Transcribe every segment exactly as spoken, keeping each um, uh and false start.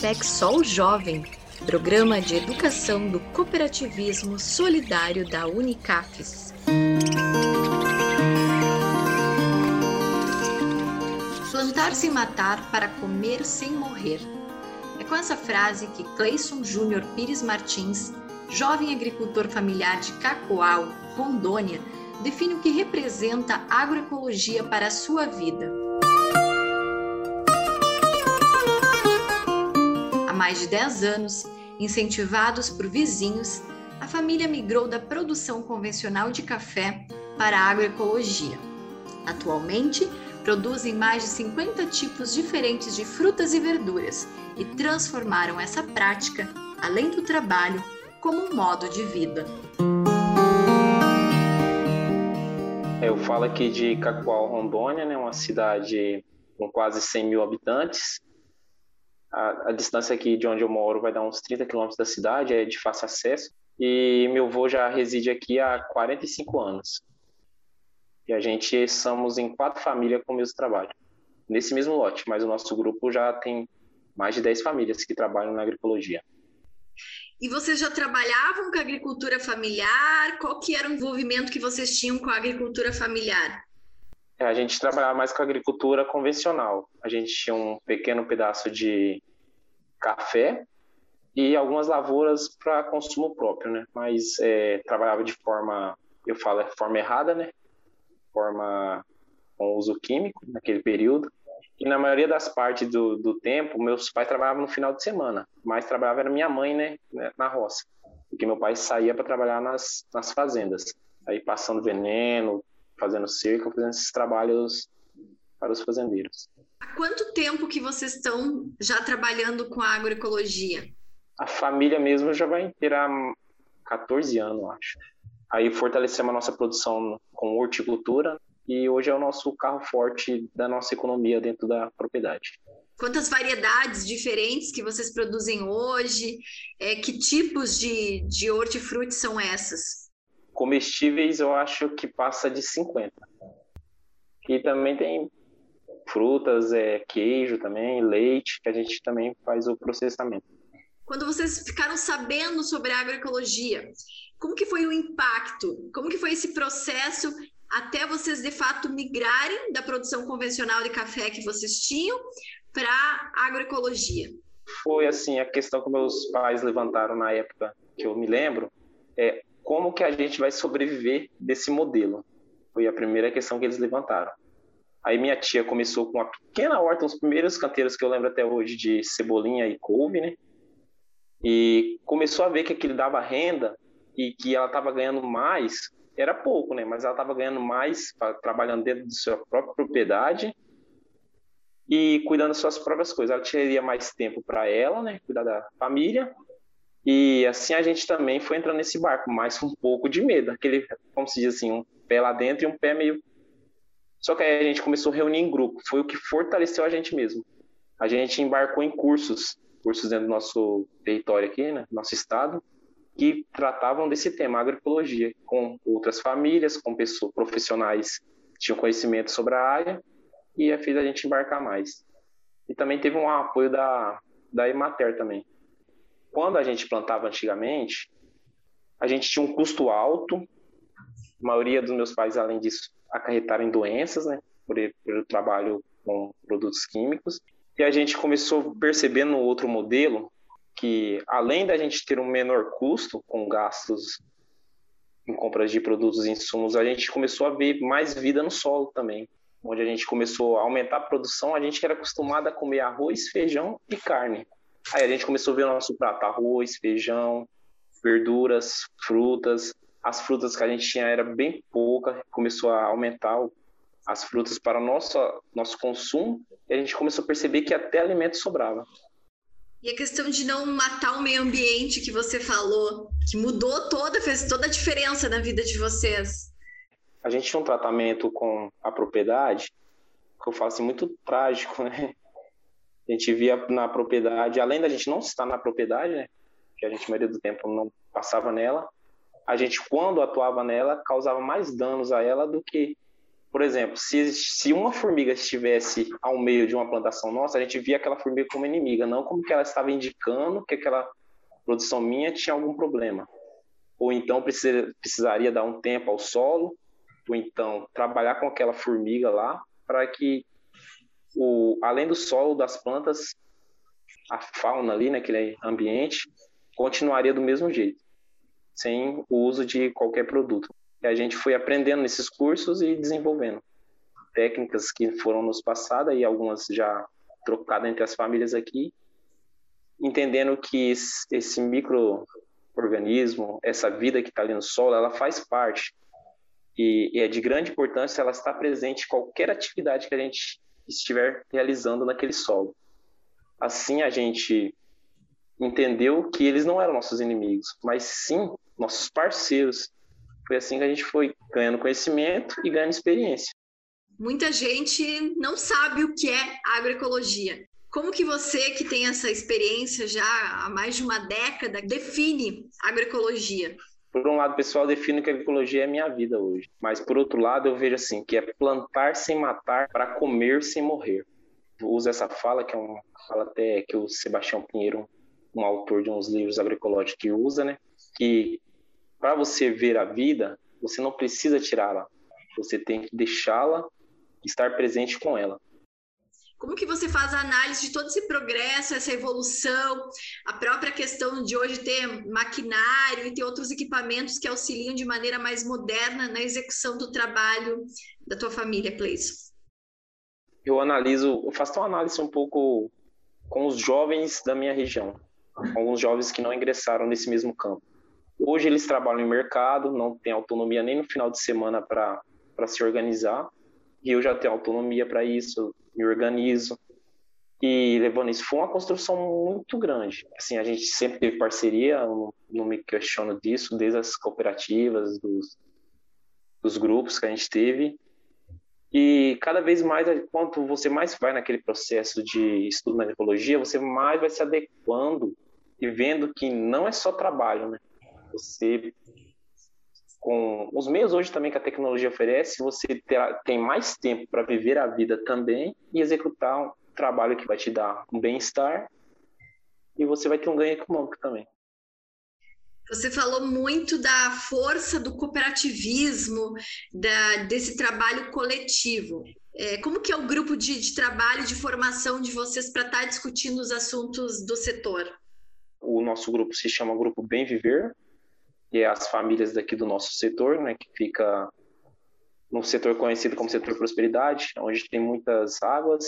Café Sol Jovem, programa de educação do cooperativismo solidário da Unicafes. Plantar sem matar para comer sem morrer. É com essa frase que Cleison Júnior Pires Martins, jovem agricultor familiar de Cacoal, Rondônia, define o que representa agroecologia para a sua vida. Há mais de dez anos, incentivados por vizinhos, a família migrou da produção convencional de café para a agroecologia. Atualmente, produzem mais de cinquenta tipos diferentes de frutas e verduras e transformaram essa prática, além do trabalho, como um modo de vida. Eu falo aqui de Cacoal, Rondônia, né, uma cidade com quase cem mil habitantes. A, a distância aqui de onde eu moro vai dar uns trinta quilômetros da cidade, é de fácil acesso. E meu avô já reside aqui há quarenta e cinco anos. E a gente somos em quatro famílias com o mesmo trabalho, nesse mesmo lote, mas o nosso grupo já tem mais de dez famílias que trabalham na agroecologia. E vocês já trabalhavam com a agricultura familiar? Qual que era o envolvimento que vocês tinham com a agricultura familiar? É, a gente trabalhava mais com a agricultura convencional. A gente tinha um pequeno pedaço de café e algumas lavouras para consumo próprio, né? Mas é, trabalhava de forma, eu falo, é forma errada, né? Forma com uso químico naquele período. E na maioria das partes do, do tempo, meus pais trabalhavam no final de semana, mas trabalhava era minha mãe, né, na roça, porque meu pai saía para trabalhar nas, nas fazendas, aí passando veneno, fazendo cerca, fazendo esses trabalhos para os fazendeiros. Há quanto tempo que vocês estão já trabalhando com a agroecologia? A família mesmo já vai inteirar catorze anos, eu acho. Aí fortalecemos a nossa produção com horticultura, e hoje é o nosso carro forte da nossa economia dentro da propriedade. Quantas variedades diferentes que vocês produzem hoje? É, que tipos de, de hortifruti são essas? Comestíveis eu acho que passa de cinquenta. E também tem frutas, é, queijo também, leite, que a gente também faz o processamento. Quando vocês ficaram sabendo sobre a agroecologia, como que foi o impacto? Como que foi esse processo até vocês, de fato, migrarem da produção convencional de café que vocês tinham para a agroecologia? Foi, assim, a questão que meus pais levantaram na época, que eu me lembro, é como que a gente vai sobreviver desse modelo. Foi a primeira questão que eles levantaram. Aí minha tia começou com uma pequena horta, os primeiros canteiros que eu lembro até hoje de cebolinha e couve, né? E começou a ver que aquilo dava renda e que ela estava ganhando mais. Era pouco, né? Mas ela estava ganhando mais trabalhando dentro de sua própria propriedade e cuidando das suas próprias coisas. Ela teria mais tempo para ela, né? Cuidar da família. E assim a gente também foi entrando nesse barco, mas com um pouco de medo. Aquele, como se diz assim, um pé lá dentro e um pé meio... Só que aí a gente começou a reunir em grupo. Foi o que fortaleceu a gente mesmo. A gente embarcou em cursos, cursos dentro do nosso território aqui, né? Nosso estado, que tratavam desse tema, agroecologia, com outras famílias, com pessoas profissionais que tinham conhecimento sobre a área, e fez a gente embarcar mais. E também teve um apoio da, da Emater também. Quando a gente plantava antigamente, a gente tinha um custo alto, a maioria dos meus pais, além disso, acarretaram em doenças, né, por, por trabalho com produtos químicos, e a gente começou a perceber no outro modelo, que além da gente ter um menor custo com gastos em compras de produtos e insumos, a gente começou a ver mais vida no solo também, onde a gente começou a aumentar a produção. A gente era acostumado a comer arroz, feijão e carne. Aí a gente começou a ver o nosso prato, arroz, feijão, verduras, frutas. As frutas que a gente tinha era bem pouca, começou a aumentar as frutas para o nosso, nosso consumo, e a gente começou a perceber que até alimento sobrava. E a questão de não matar o meio ambiente que você falou, que mudou toda, fez toda a diferença na vida de vocês. A gente tinha um tratamento com a propriedade, que eu falo assim, muito trágico, né? A gente via na propriedade, além da gente não estar na propriedade, né? Que a gente, a maioria do tempo, não passava nela, a gente, quando atuava nela, causava mais danos a ela do que Por exemplo, se, se uma formiga estivesse ao meio de uma plantação nossa, a gente via aquela formiga como inimiga, não como que ela estava indicando que aquela produção minha tinha algum problema. Ou então precisa, precisaria dar um tempo ao solo, ou então trabalhar com aquela formiga lá, para que, o, além do solo, das plantas, a fauna ali naquele ambiente continuaria do mesmo jeito, sem o uso de qualquer produto. E a gente foi aprendendo nesses cursos e desenvolvendo técnicas que foram nos passadas e algumas já trocadas entre as famílias aqui, entendendo que esse micro-organismo, essa vida que está ali no solo, ela faz parte e, e é de grande importância ela estar presente em qualquer atividade que a gente estiver realizando naquele solo. Assim a gente entendeu que eles não eram nossos inimigos, mas sim nossos parceiros. Foi assim que a gente foi ganhando conhecimento e ganhando experiência. Muita gente não sabe o que é agroecologia. Como que você, que tem essa experiência já há mais de uma década, define agroecologia? Por um lado, pessoal, eu defino que a agroecologia é minha vida hoje. Mas, por outro lado, eu vejo assim, que é plantar sem matar para comer sem morrer. Eu uso essa fala, que é uma fala até que o Sebastião Pinheiro, um autor de uns livros agroecológicos, que usa, né? Que para você ver a vida, você não precisa tirá-la. Você tem que deixá-la, estar presente com ela. Como que você faz a análise de todo esse progresso, essa evolução, a própria questão de hoje ter maquinário e ter outros equipamentos que auxiliam de maneira mais moderna na execução do trabalho da tua família, Cleison? Eu analiso, eu faço uma análise um pouco com os jovens da minha região, alguns jovens que não ingressaram nesse mesmo campo. Hoje eles trabalham em mercado, não têm autonomia nem no final de semana para para se organizar, e eu já tenho autonomia para isso, me organizo, e levando isso, foi uma construção muito grande. Assim, a gente sempre teve parceria, eu não me questiono disso, desde as cooperativas, dos, dos grupos que a gente teve, e cada vez mais, quanto você mais vai naquele processo de estudo na agroecologia, você mais vai se adequando e vendo que não é só trabalho, né? Você, com os meios hoje também que a tecnologia oferece, você terá, tem mais tempo para viver a vida também e executar um trabalho que vai te dar um bem-estar e você vai ter um ganho econômico também. Você falou muito da força do cooperativismo, da, desse trabalho coletivo. É, como que é o grupo de, de trabalho, de formação de vocês para estar discutindo os assuntos do setor? O nosso grupo se chama Grupo Bem Viver, que é as famílias daqui do nosso setor, né, que fica no setor conhecido como setor prosperidade, onde tem muitas águas.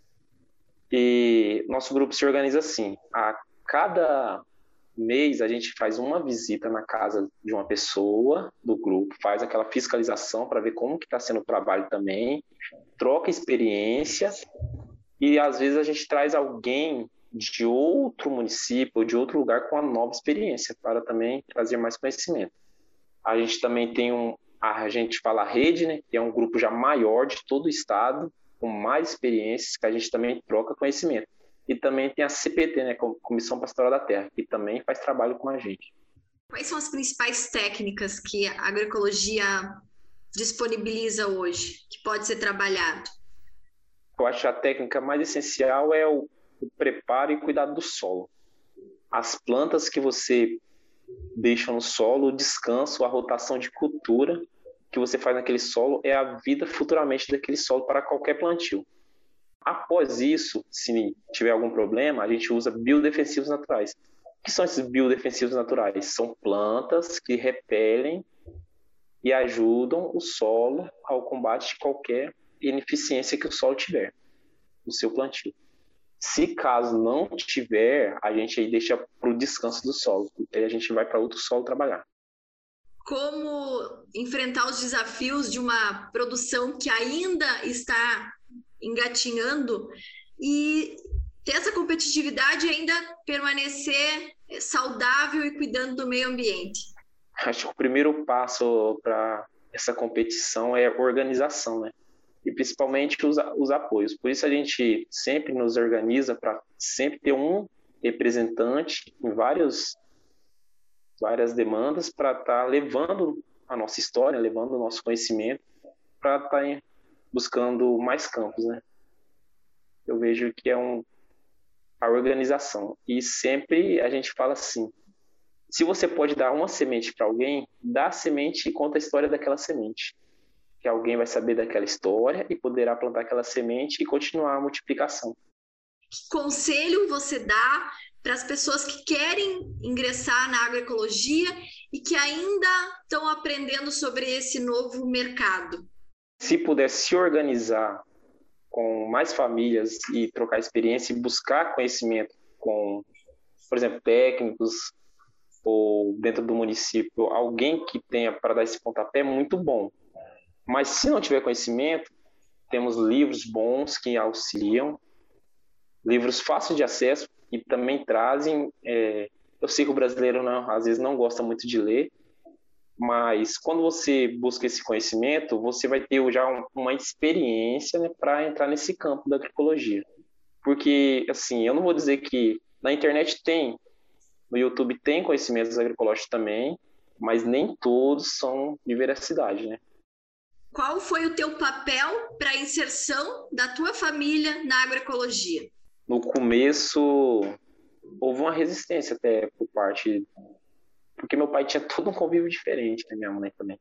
E nosso grupo se organiza assim: a cada mês a gente faz uma visita na casa de uma pessoa do grupo, faz aquela fiscalização para ver como que está sendo o trabalho também, troca experiência e às vezes a gente traz alguém de outro município ou de outro lugar com uma nova experiência para também trazer mais conhecimento. A gente também tem um, a gente fala rede, né, que é um grupo já maior de todo o estado, com mais experiências, que a gente também troca conhecimento. E também tem a C P T, né, Comissão Pastoral da Terra, que também faz trabalho com a gente. Quais são as principais técnicas que a agroecologia disponibiliza hoje, que pode ser trabalhado? Eu acho que a técnica mais essencial é o, o preparo e cuidado do solo. As plantas que você deixa no solo, o descanso, a rotação de cultura que você faz naquele solo é a vida futuramente daquele solo para qualquer plantio. Após isso, se tiver algum problema, a gente usa biodefensivos naturais. O que são esses biodefensivos naturais? São plantas que repelem e ajudam o solo ao combate de qualquer ineficiência que o solo tiver no seu plantio. Se caso não tiver, a gente aí deixa para o descanso do solo, e aí a gente vai para outro solo trabalhar. Como enfrentar os desafios de uma produção que ainda está engatinhando e ter essa competitividade e ainda permanecer saudável e cuidando do meio ambiente? Acho que o primeiro passo para essa competição é a organização, né? E principalmente os, os apoios. Por isso a gente sempre nos organiza para sempre ter um representante em vários, várias demandas para estar tá levando a nossa história, levando o nosso conhecimento para estar tá buscando mais campos, né? Eu vejo que é um, a organização. E sempre a gente fala assim, se você pode dar uma semente para alguém, dá a semente e conta a história daquela semente. Que alguém vai saber daquela história e poderá plantar aquela semente e continuar a multiplicação. Que conselho você dá para as pessoas que querem ingressar na agroecologia e que ainda estão aprendendo sobre esse novo mercado? Se puder se organizar com mais famílias e trocar experiência e buscar conhecimento com, por exemplo, técnicos ou dentro do município, alguém que tenha para dar esse pontapé é muito bom. Mas se não tiver conhecimento, temos livros bons que auxiliam, livros fáceis de acesso e também trazem... É, eu sei que o brasileiro não, às vezes não gosta muito de ler, mas quando você busca esse conhecimento, você vai ter já uma experiência, né, para entrar nesse campo da agroecologia. Porque, assim, eu não vou dizer que na internet tem, no YouTube tem conhecimentos agroecológicos também, mas nem todos são de veracidade, né? Qual foi o teu papel para a inserção da tua família na agroecologia? No começo, houve uma resistência até por parte... Porque meu pai tinha todo um convívio diferente, né? Minha mãe também.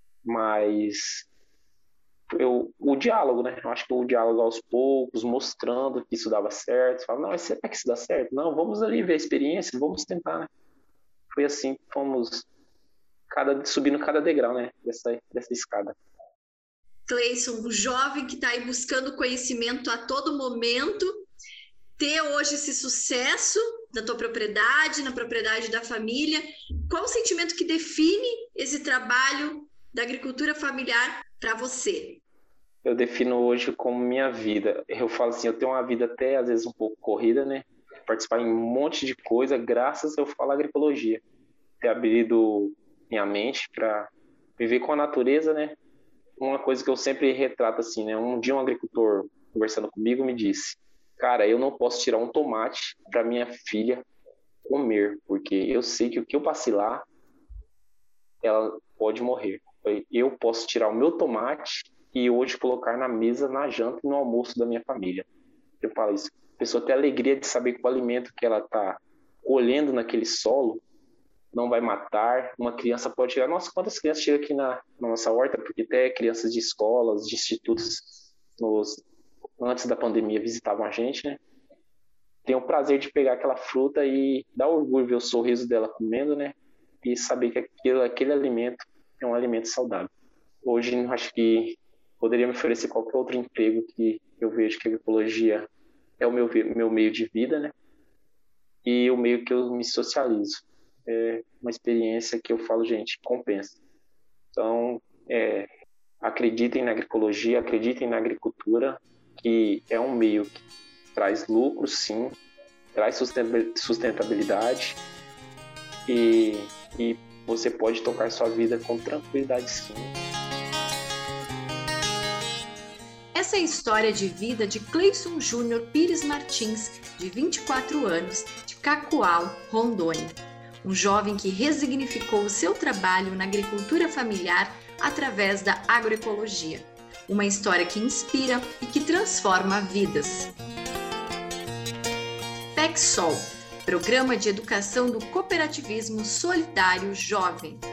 Mas eu, o diálogo, né? Eu acho que o diálogo aos poucos, mostrando que isso dava certo. Falava, não, mas será que isso dá certo? Não, vamos ali ver a experiência, vamos tentar, né? Foi assim que fomos cada, subindo cada degrau, né? Dessa, dessa escada. Cleison, um jovem que está aí buscando conhecimento a todo momento, ter hoje esse sucesso na tua propriedade, na propriedade da família, qual o sentimento que define esse trabalho da agricultura familiar para você? Eu defino hoje como minha vida. Eu falo assim, eu tenho uma vida até às vezes um pouco corrida, né? Participar em um monte de coisa, graças eu falo agroecologia. Ter abrido minha mente para viver com a natureza, né? Uma coisa que eu sempre retrato assim, né? Um dia um agricultor conversando comigo me disse: cara, eu não posso tirar um tomate para minha filha comer, porque eu sei que o que eu passei lá, ela pode morrer. Eu posso tirar o meu tomate e hoje colocar na mesa, na janta e no almoço da minha família. Eu falo isso. A pessoa tem a alegria de saber que o alimento que ela está colhendo naquele solo não vai matar. Uma criança pode chegar... Nossa, quantas crianças chegam aqui na, na nossa horta? Porque até crianças de escolas, de institutos, nos, antes da pandemia, visitavam a gente, né? Tem o prazer de pegar aquela fruta e dar orgulho ver o sorriso dela comendo, né? E saber que aquele, aquele alimento é um alimento saudável. Hoje, eu acho que poderia me oferecer qualquer outro emprego que eu vejo que a agroecologia é o meu, meu meio de vida, né? E o meio que eu me socializo. É uma experiência que eu falo, gente, compensa. Então, é, acreditem na agroecologia, acreditem na agricultura, que é um meio que traz lucro, sim, traz sustentabilidade e, e você pode tocar sua vida com tranquilidade, sim. Essa é a história de vida de Cleison Júnior Pires Martins, de vinte e quatro anos, de Cacoal, Rondônia. Um jovem que resignificou o seu trabalho na agricultura familiar através da agroecologia. Uma história que inspira e que transforma vidas. PECSOL, Programa de Educação do Cooperativismo Solidário Jovem.